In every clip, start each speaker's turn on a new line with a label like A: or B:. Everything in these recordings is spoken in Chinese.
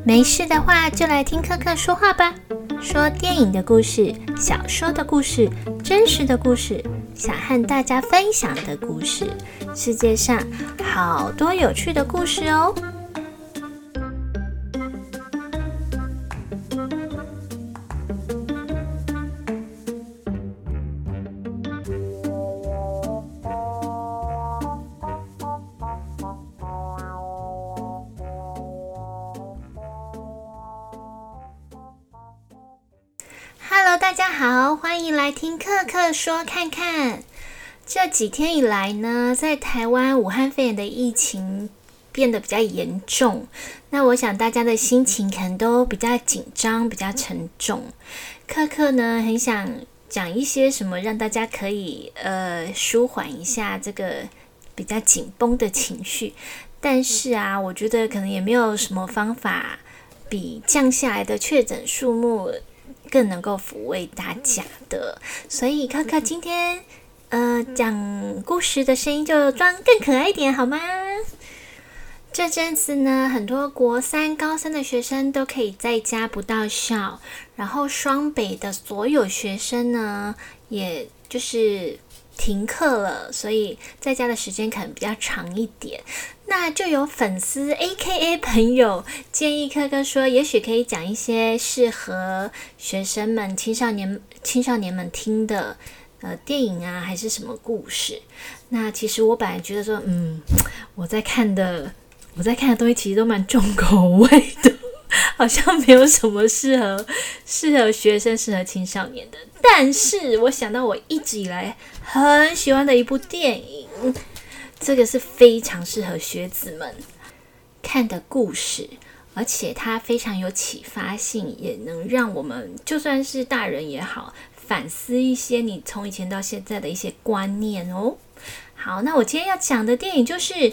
A: 没事的话就来听克克说话吧，说电影的故事、小说的故事、真实的故事，想和大家分享的故事。世界上好多有趣的故事哦。Hello， 大家好，欢迎来听克克说看看。这几天以来呢，在台湾武汉肺炎的疫情变得比较严重，那我想大家的心情可能都比较紧张，比较沉重。克克呢，很想讲一些什么让大家可以舒缓一下这个比较紧绷的情绪，但是我觉得可能也没有什么方法比降下来的确诊数目更能够抚慰大家的，所以克克今天讲故事的声音就装更可爱一点好吗？这阵子呢，很多国三、高三的学生都可以在家不到校，然后双北的所有学生呢，也就是停课了，所以在家的时间可能比较长一点。那就有粉丝 AKA 朋友建议克克说，也许可以讲一些适合学生们、青少年们听的电影还是什么故事。那其实我本来觉得说，我在看的东西其实都蛮重口味的，好像没有什么适合学生、适合青少年的。但是我想到我一直以来很喜欢的一部电影，这个是非常适合学子们看的故事，而且它非常有启发性，也能让我们就算是大人也好，反思一些你从以前到现在的一些观念哦。好，那我今天要讲的电影就是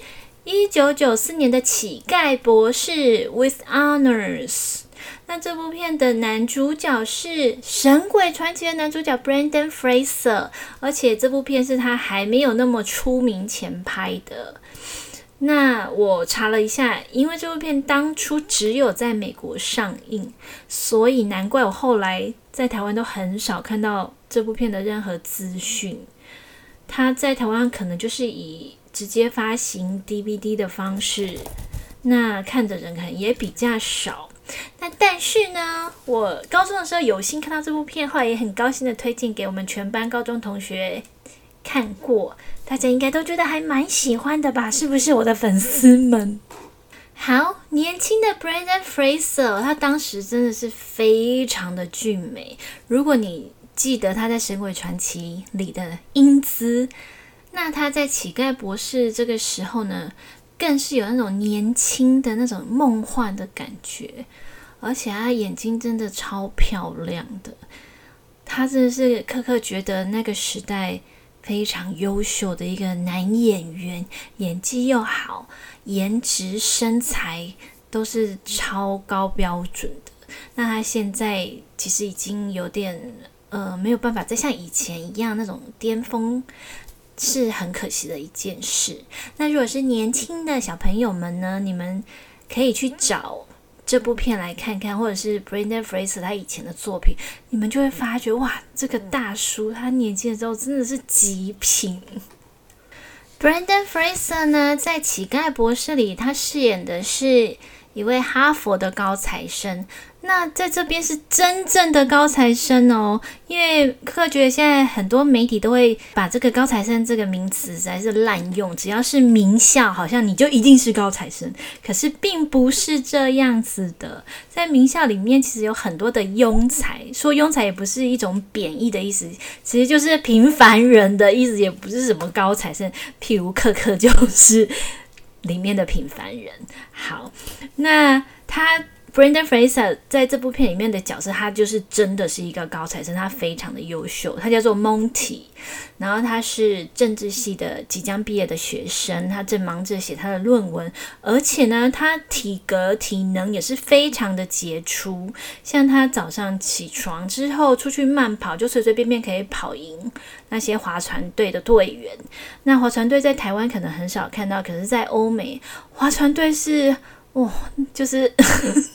A: 1994年的《乞丐博士 with Honors》。那这部片的男主角是《神鬼传奇》的男主角 Brendan Fraser， 而且这部片是他还没有那么出名前拍的。那我查了一下，因为这部片当初只有在美国上映，所以难怪我后来在台湾都很少看到这部片的任何资讯。他在台湾可能就是以直接发行 DVD 的方式，那看的人可能也比较少。那但是呢，我高中的时候有幸看到这部片，后来也很高兴的推荐给我们全班高中同学看过，大家应该都觉得还蛮喜欢的吧？是不是我的粉丝们？好，年轻的 Brendan Fraser， 他当时真的是非常的俊美。如果你记得他在《神鬼传奇》里的英姿，那他在《乞丐博士》这个时候呢，更是有那种年轻的那种梦幻的感觉，而且他眼睛真的超漂亮的。他真的是克克觉得那个时代非常优秀的一个男演员，演技又好，颜值身材都是超高标准的。那他现在其实已经有点没有办法再像以前一样那种巅峰，是很可惜的一件事。那如果是年轻的小朋友们呢，你们可以去找这部片来看看，或者是 Brendan Fraser 他以前的作品，你们就会发觉哇，这个大叔他年轻的时候真的是极品。Brendan Fraser 呢，在《乞丐博士》里，他饰演的是一位哈佛的高材生。那在这边是真正的高材生哦，因为克克觉得现在很多媒体都会把这个高材生这个名词实在是滥用，只要是名校好像你就一定是高材生，可是并不是这样子的。在名校里面其实有很多的庸才，说庸才也不是一种贬义的意思，其实就是平凡人的意思，也不是什么高材生，譬如克克就是里面的平凡人。好，那他Brendan Fraser 在这部片里面的角色，他就是真的是一个高材生，他非常的优秀，他叫做 Monty， 然后他是政治系的即将毕业的学生，他正忙着写他的论文，而且呢，他体格体能也是非常的杰出，像他早上起床之后出去慢跑，就随随便便可以跑赢那些划船队的队员。那划船队在台湾可能很少看到，可是在欧美划船队是就是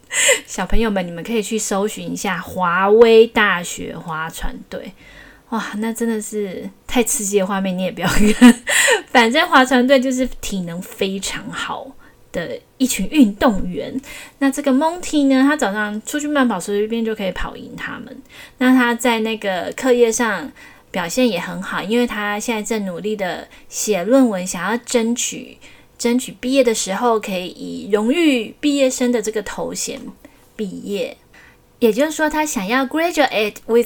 A: 小朋友们，你们可以去搜寻一下华威大学划船队。哇，那真的是太刺激的画面，你也不要看。反正划船队就是体能非常好的一群运动员。那这个 Monty 呢，他早上出去慢跑随便就可以跑赢他们。那他在那个课业上表现也很好，因为他现在正努力的写论文，想要争取毕业的时候可以以荣誉毕业生的这个头衔毕业。也就是说，他想要 graduate with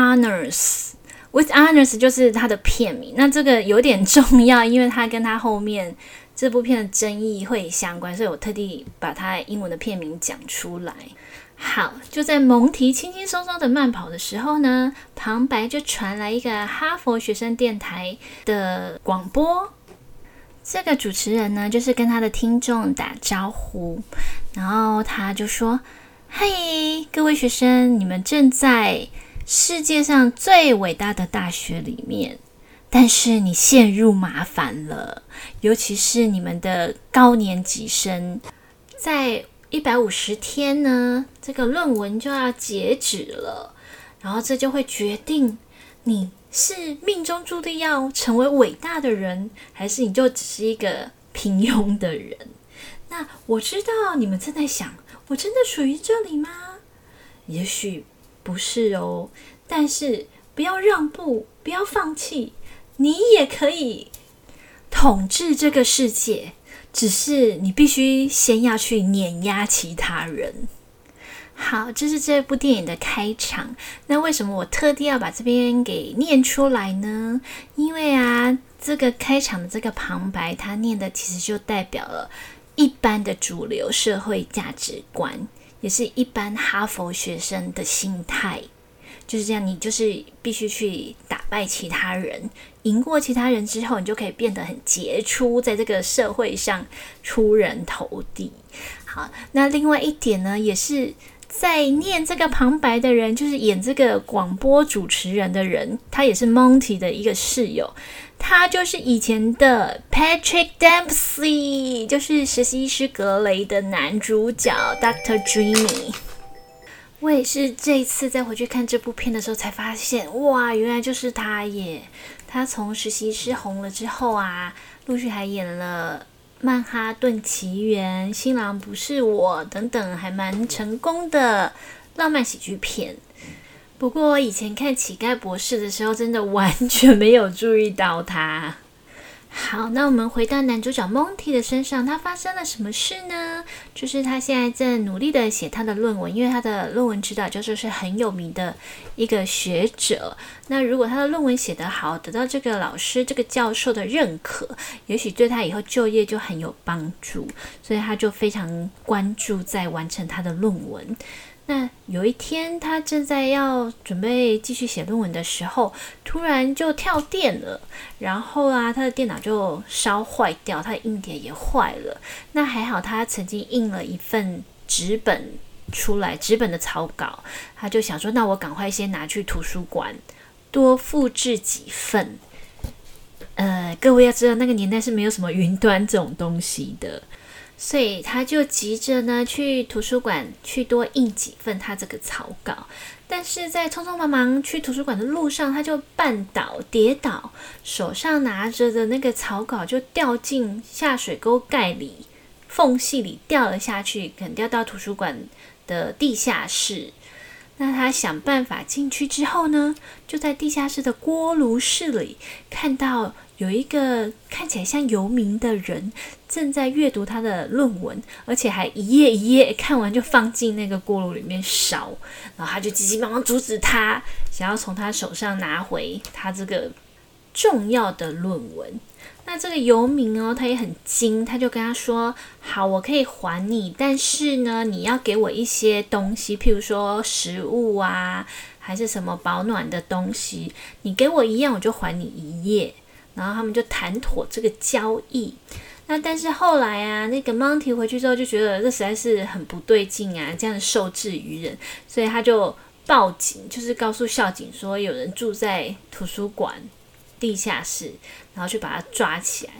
A: honors。With honors 就是他的片名，那这个有点重要，因为他跟他后面这部片的争议会相关，所以我特地把他英文的片名讲出来。好，就在蒙提轻轻松松的慢跑的时候呢，旁白就传来一个哈佛学生电台的广播。这个主持人呢，就是跟他的听众打招呼，然后他就说：嗨，各位学生，你们正在世界上最伟大的大学里面，但是你陷入麻烦了，尤其是你们的高年级生，在150天呢，这个论文就要截止了，然后这就会决定你是命中注定要成为伟大的人，还是你就只是一个平庸的人。那我知道你们正在想，我真的属于这里吗？也许不是哦，但是不要让步，不要放弃，你也可以统治这个世界，只是你必须先要去碾压其他人。好，这是这部电影的开场。那为什么我特地要把这边给念出来呢？因为啊，这个开场的这个旁白，它念的其实就代表了一般的主流社会价值观，也是一般哈佛学生的心态。就是这样，你就是必须去打败其他人，赢过其他人之后，你就可以变得很杰出，在这个社会上出人头地。好，那另外一点呢，也是在念这个旁白的人，就是演这个广播主持人的人，他也是 Monty 的一个室友，他就是以前的 Patrick Dempsey， 就是实习医师格雷的男主角 Dr. Dreamy。我也是这一次再回去看这部片的时候才发现，哇，原来就是他耶！他从实习师红了之后啊，陆续还演了《曼哈顿奇缘》、《新郎不是我》等等，还蛮成功的浪漫喜剧片。不过以前看《乞丐博士》的时候，真的完全没有注意到他。好，那我们回到男主角 Monty 的身上，他发生了什么事呢？就是他现在正努力的写他的论文，因为他的论文指导教授是很有名的一个学者。那如果他的论文写得好，得到这个老师、这个教授的认可，也许对他以后就业就很有帮助，所以他就非常关注在完成他的论文。那有一天，他正在要准备继续写论文的时候，突然就跳电了，然后啊，他的电脑就烧坏掉，他的硬碟也坏了。那还好，他曾经印了一份纸本出来，纸本的草稿，他就想说，那我赶快先拿去图书馆多复制几份。各位要知道，那个年代是没有什么云端这种东西的。所以他就急着呢去图书馆去多印几份他这个草稿，但是在匆匆忙忙去图书馆的路上，他就绊倒跌倒，手上拿着的那个草稿就掉进下水沟盖里缝隙里掉了下去，可能掉到图书馆的地下室。那他想办法进去之后呢，就在地下室的锅炉室里看到有一个看起来像游民的人正在阅读他的论文，而且还一页一页看完就放进那个锅炉里面烧，然后他就急急忙忙阻止他，想要从他手上拿回他这个重要的论文。那这个游民哦，他也很精，他就跟他说，好，我可以还你，但是呢，你要给我一些东西，譬如说食物啊，还是什么保暖的东西，你给我一样，我就还你一页。然后他们就谈妥这个交易。那但是后来啊，那个 Monty 回去之后就觉得这实在是很不对劲啊，这样受制于人，所以他就报警，就是告诉校警说有人住在图书馆地下室，然后去把他抓起来。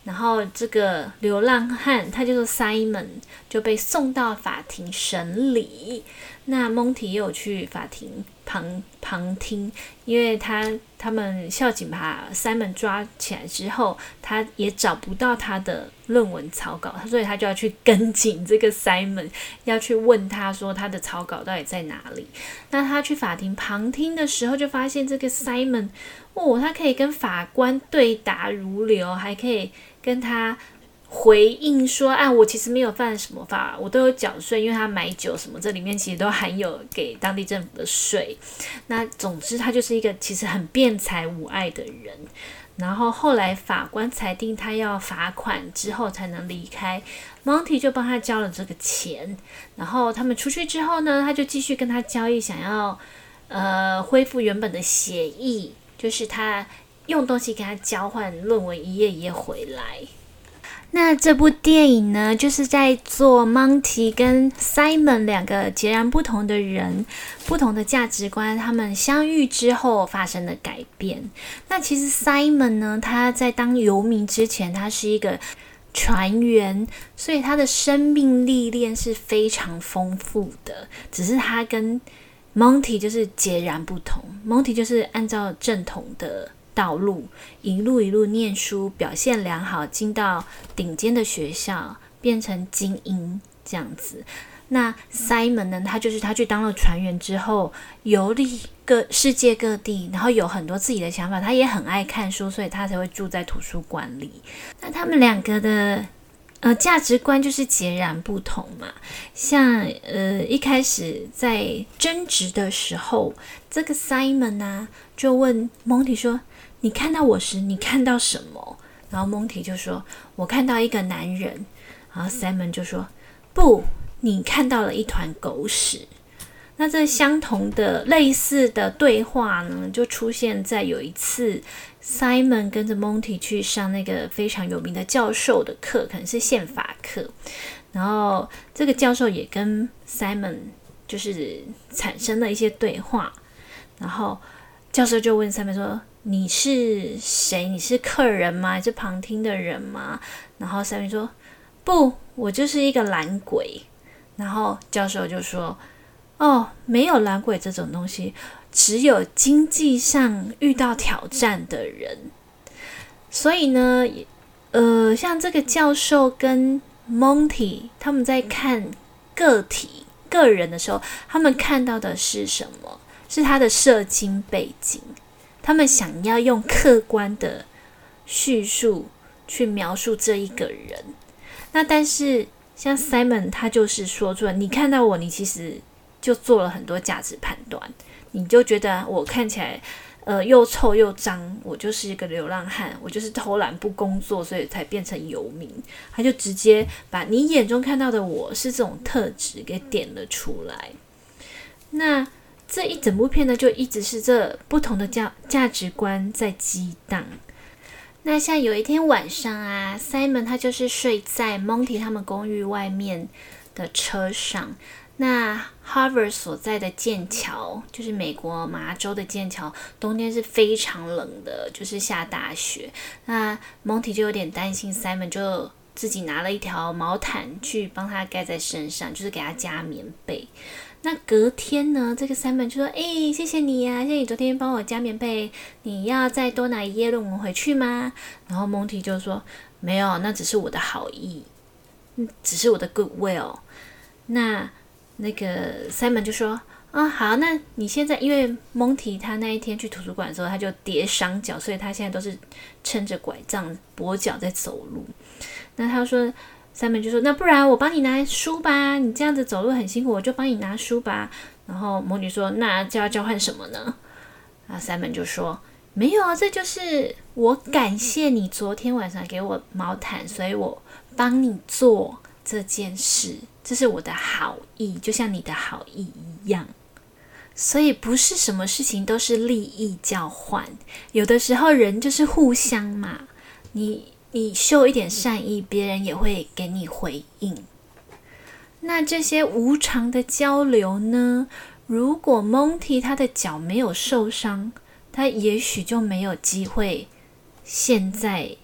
A: 然后这个流浪汉他叫做 Simon 就被送到法庭审理。那蒙提也有去法庭旁听，因为他们校警把 Simon 抓起来之后，他也找不到他的论文草稿，所以他就要去跟紧这个 Simon， 要去问他说他的草稿到底在哪里。那他去法庭旁听的时候，就发现这个 Simon， 他可以跟法官对答如流，还可以跟他回应说我其实没有犯什么法，我都有缴税，因为他买酒什么这里面其实都含有给当地政府的税。那总之他就是一个其实很辩才无碍的人。然后后来法官裁定他要罚款之后才能离开， Monty 就帮他交了这个钱。然后他们出去之后呢，他就继续跟他交易，想要恢复原本的协议，就是他用东西跟他交换论文一页一页回来。那这部电影呢，就是在做 Monty 跟 Simon 两个截然不同的人，不同的价值观，他们相遇之后发生的改变。那其实 Simon 呢，他在当游民之前，他是一个船员，所以他的生命历练是非常丰富的，只是他跟 Monty 就是截然不同。 Monty 就是按照正统的道路一路念书，表现良好，进到顶尖的学校，变成精英这样子。那 Simon 呢，他去当了船员之后，游历世界各地，然后有很多自己的想法，他也很爱看书，所以他才会住在图书馆里。那他们两个的价值观就是截然不同嘛。像一开始在争执的时候，这个 Simon 啊就问 Monty 说，你看到我时你看到什么？然后 Monty 就说，我看到一个男人。然后 Simon 就说，不，你看到了一团狗屎。那这相同的类似的对话呢，就出现在有一次 Simon 跟着 Monty 去上那个非常有名的教授的课，可能是宪法课。然后这个教授也跟 Simon 就是产生了一些对话。然后教授就问 Simon 说，你是谁？你是客人吗？还是旁听的人吗？然后 Simon 说，不，我就是一个懒鬼。然后教授就说，没有懒鬼这种东西，只有经济上遇到挑战的人。所以呢，像这个教授跟 Monty 他们在看个人的时候，他们看到的是什么？是他的社经背景。他们想要用客观的叙述去描述这一个人。那但是像 Simon 他就是说出来，你看到我，你其实就做了很多价值判断，你就觉得我看起来又臭又脏，我就是一个流浪汉，我就是偷懒不工作，所以才变成游民。他就直接把你眼中看到的我是这种特质给点了出来。那这一整部片呢，就一直是这不同的价值观在激荡。那像有一天晚上啊， Simon 他就是睡在 Monty 他们公寓外面的车上。那 Harvard 所在的剑桥，就是美国麻州的剑桥，冬天是非常冷的，就是下大雪。那 Monty 就有点担心 Simon， 就自己拿了一条毛毯去帮他盖在身上，就是给他加棉被。那隔天呢，这个 Simon 就说，谢谢你啊，谢谢你昨天帮我加棉被，你要再多拿一页论文回去吗？然后 Monty 就说，没有，那只是我的好意，只是我的 goodwill。那个 Simon 就说，好，那你现在，因为 Monty 他那一天去图书馆的时候，他就跌伤脚，所以他现在都是撑着拐杖跛脚在走路。那他说，Simon 就说，那不然我帮你拿书吧，你这样子走路很辛苦，我就帮你拿书吧。然后魔女说，那这要交换什么呢？Simon 就说，没有啊，这就是我感谢你昨天晚上给我毛毯，所以我帮你做这件事，这是我的好意，就像你的好意一样。所以不是什么事情都是利益交换，有的时候人就是互相嘛，你秀一点善意，别人也会给你回应。那这些无偿的交流呢，如果 Monty 他的脚没有受伤，他也许就没有机会现在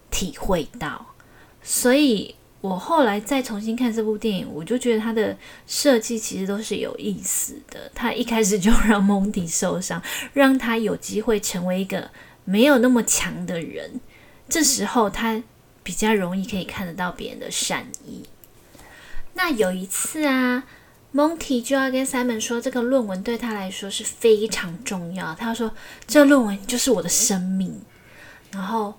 A: 体会到。所以我后来再重新看这部电影，我就觉得它的设计其实都是有意思的。它一开始就让蒙蒂受伤，让他有机会成为一个没有那么强的人，这时候他比较容易可以看得到别人的善意。那有一次啊，蒙蒂就要跟 Simon 说，这个论文对他来说是非常重要。他说这论文就是我的生命。然后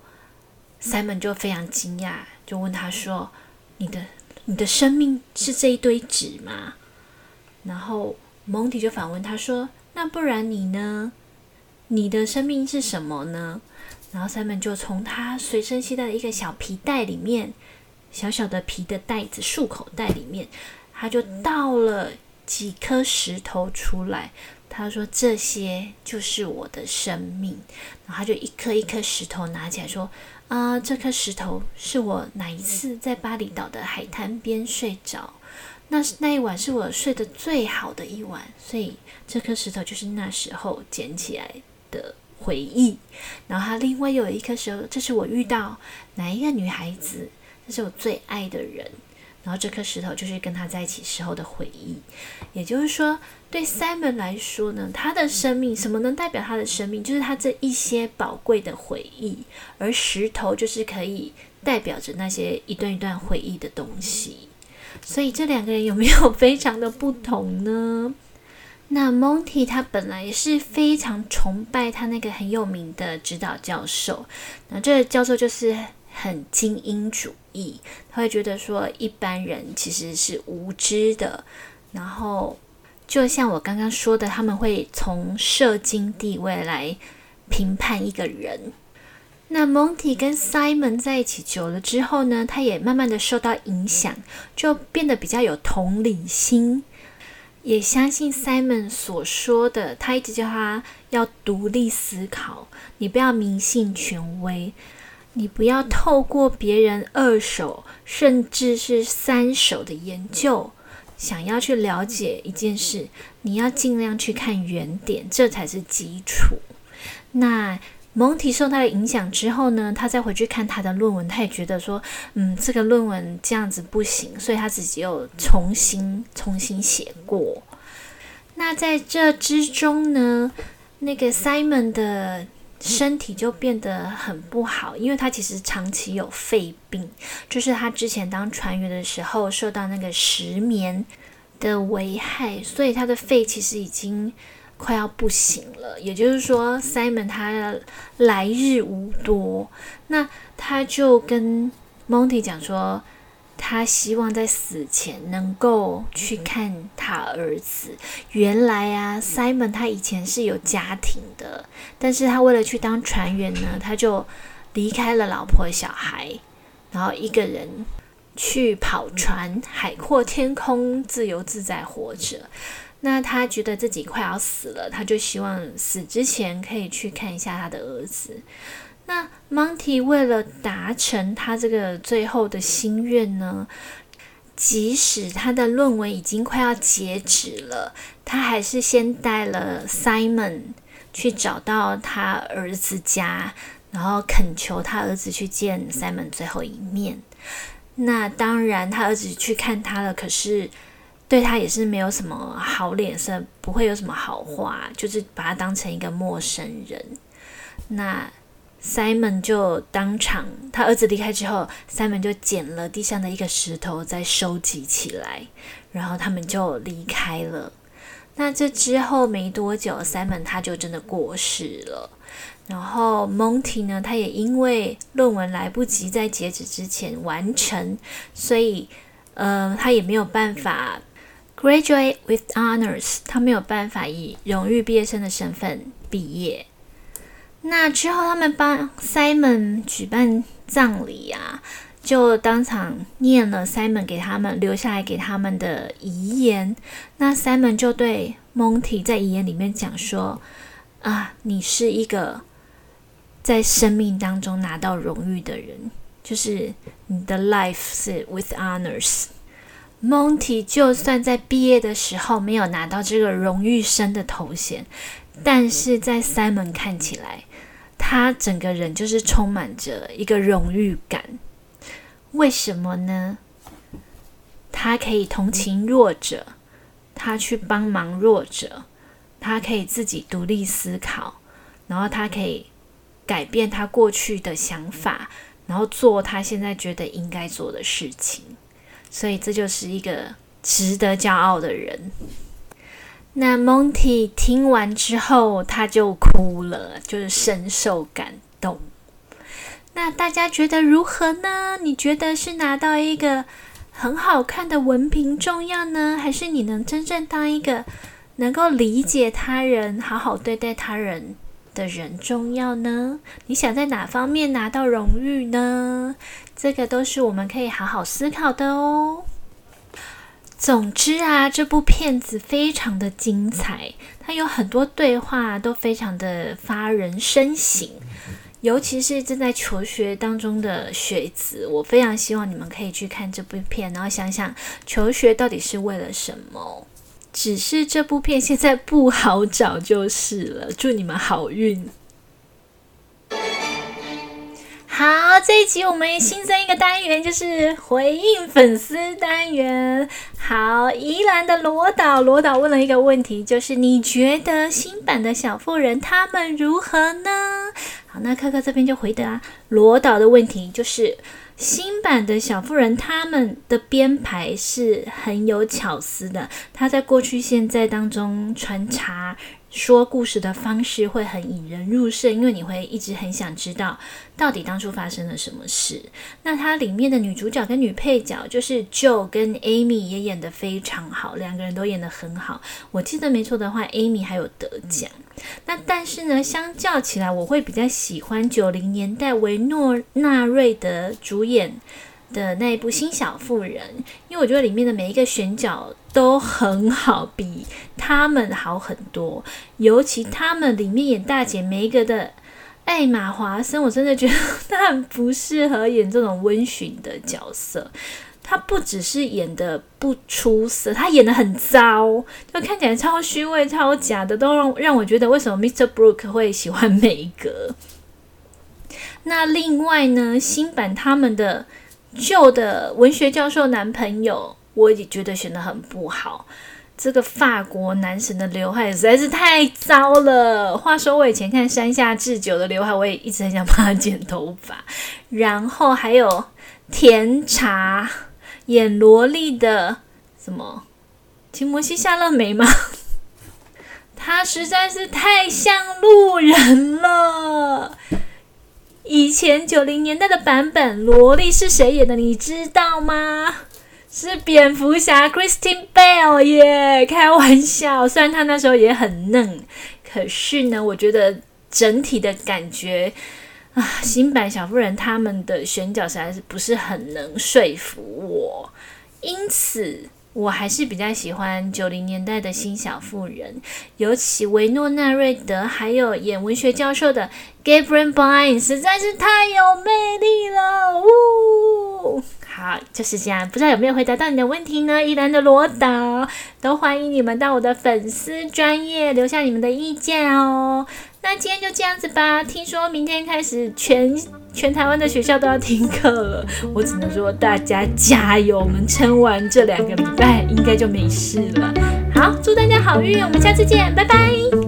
A: Simon 就非常惊讶，就问他说，你的生命是这一堆纸吗？然后蒙蒂就反问他说，那不然你呢？你的生命是什么呢？然后 Simon 就从他随身携带的一个小皮带里面，小小的皮的袋子，束口袋里面，他就倒了几颗石头出来。他说这些就是我的生命。然后他就一颗一颗石头拿起来说，这颗石头是我哪一次在巴厘岛的海滩边睡着，那一晚是我睡得最好的一晚，所以这颗石头就是那时候捡起来的回忆。然后他另外有一颗石头，这是我遇到哪一个女孩子，这是我最爱的人，然后这颗石头就是跟他在一起时候的回忆。也就是说，对 Simon 来说呢，他的生命，什么能代表他的生命？就是他这一些宝贵的回忆，而石头就是可以代表着那些一段一段回忆的东西。所以这两个人有没有非常的不同呢？那 Monty 他本来是非常崇拜他那个很有名的指导教授，那这个教授就是很精英主义，他会觉得说一般人其实是无知的，然后就像我刚刚说的，他们会从社经地位来评判一个人。那 Monty 跟 Simon 在一起久了之后呢，他也慢慢的受到影响，就变得比较有同理心，也相信 Simon 所说的，他一直叫他要独立思考，你不要迷信权威，你不要透过别人2手甚至是3手的研究想要去了解一件事，你要尽量去看原点，这才是基础。那蒙蒂受他的影响之后呢，他再回去看他的论文，他也觉得说这个论文这样子不行，所以他自己又重新写过。那在这之中呢，那个 Simon 的身体就变得很不好，因为他其实长期有肺病，就是他之前当船员的时候受到那个石棉的危害，所以他的肺其实已经快要不行了。也就是说 Simon 他来日无多，那他就跟 Monty 讲说，他希望在死前能够去看他儿子。原来啊 Simon 他以前是有家庭的，但是他为了去当船员呢，他就离开了老婆小孩，然后一个人去跑船，海阔天空，自由自在活着。那他觉得自己快要死了，他就希望死之前可以去看一下他的儿子。那 Monty 为了达成他这个最后的心愿呢，即使他的论文已经快要截止了，他还是先带了 Simon 去找到他儿子家，然后恳求他儿子去见 Simon 最后一面。那当然他儿子去看他了，可是对他也是没有什么好脸色，不会有什么好话，就是把他当成一个陌生人。那 Simon 就当场，他儿子离开之后， Simon 就捡了地上的一个石头再收集起来，然后他们就离开了。那这之后没多久， Simon 他就真的过世了。然后 Monty 呢，他也因为论文来不及在截止之前完成，所以他也没有办法Graduate with honors， 他没有办法以荣誉毕业生的身份毕业。那之后他们帮 Simon 举办葬礼啊，就当场念了 Simon 给他们留下来给他们的遗言。那 Simon 就对 Monty 在遗言里面讲说，你是一个在生命当中拿到荣誉的人，就是你的 life 是 with honors。Monty 就算在毕业的时候没有拿到这个荣誉生的头衔，但是在 Simon 看起来， 他整个人就是充满着一个荣誉感。为什么呢？他可以同情弱者，他去帮忙弱者，他可以自己独立思考，然后他可以改变他过去的想法，然后做他现在觉得应该做的事情。所以这就是一个值得骄傲的人。那 Monty 听完之后他就哭了，就是深受感动。那大家觉得如何呢？你觉得是拿到一个很好看的文凭重要呢，还是你能真正当一个能够理解他人、好好对待他人的人重要呢？你想在哪方面拿到荣誉呢？这个都是我们可以好好思考的哦。总之啊，这部片子非常的精彩，它有很多对话都非常的发人深省，尤其是正在求学当中的学子，我非常希望你们可以去看这部片，然后想想求学到底是为了什么。只是这部片现在不好找就是了，祝你们好运。好，这一集我们新增一个单元，就是回应粉丝单元。好，宜兰的罗导问了一个问题，就是你觉得新版的小妇人他们如何呢？好，那克克这边就回答罗导的问题，就是新版的小妇人他们的编排是很有巧思的，他在过去现在当中穿插说故事的方式会很引人入胜，因为你会一直很想知道到底当初发生了什么事。那它里面的女主角跟女配角就是 Joe 跟 Amy 也演得非常好，两个人都演得很好，我记得没错的话 Amy 还有得奖。那但是呢，相较起来我会比较喜欢90年代维诺纳瑞德主演的那一部新小妇人，因为我觉得里面的每一个选角都很好，比他们好很多，尤其他们里面演大姐每一个的艾玛华森，我真的觉得她很不适合演这种温驯的角色。她不只是演的不出色，她演的很糟，就看起来超虚伪超假的，都让我觉得为什么 Mr. Brooke 会喜欢梅格。那另外呢，新版他们的旧的文学教授男朋友我也觉得选得很不好，这个法国男神的刘海实在是太糟了。话说我以前看山下智久的刘海，我也一直很想帮他剪头发。然后还有甜茶演萝莉的什么提摩西夏勒梅吗？他实在是太像路人了。以前90年代的版本萝莉是谁演的你知道吗？是蝙蝠侠 Christian Bale 耶，开玩笑，虽然他那时候也很嫩，可是呢我觉得整体的感觉新版小妇人他们的选角实在是不是很能说服我，因此我还是比较喜欢90年代的新小妇人，尤其维诺纳瑞德还有演文学教授的 Gabriel Byrne 实在是太有魅力了。好，就是这样，不知道有没有回答到你的问题呢？宜兰的罗导都欢迎你们到我的粉丝专页留下你们的意见哦。那今天就这样子吧，听说明天开始全台湾的学校都要停课了，我只能说大家加油，我们撑完这2个礼拜应该就没事了。好，祝大家好运，我们下次见，拜拜。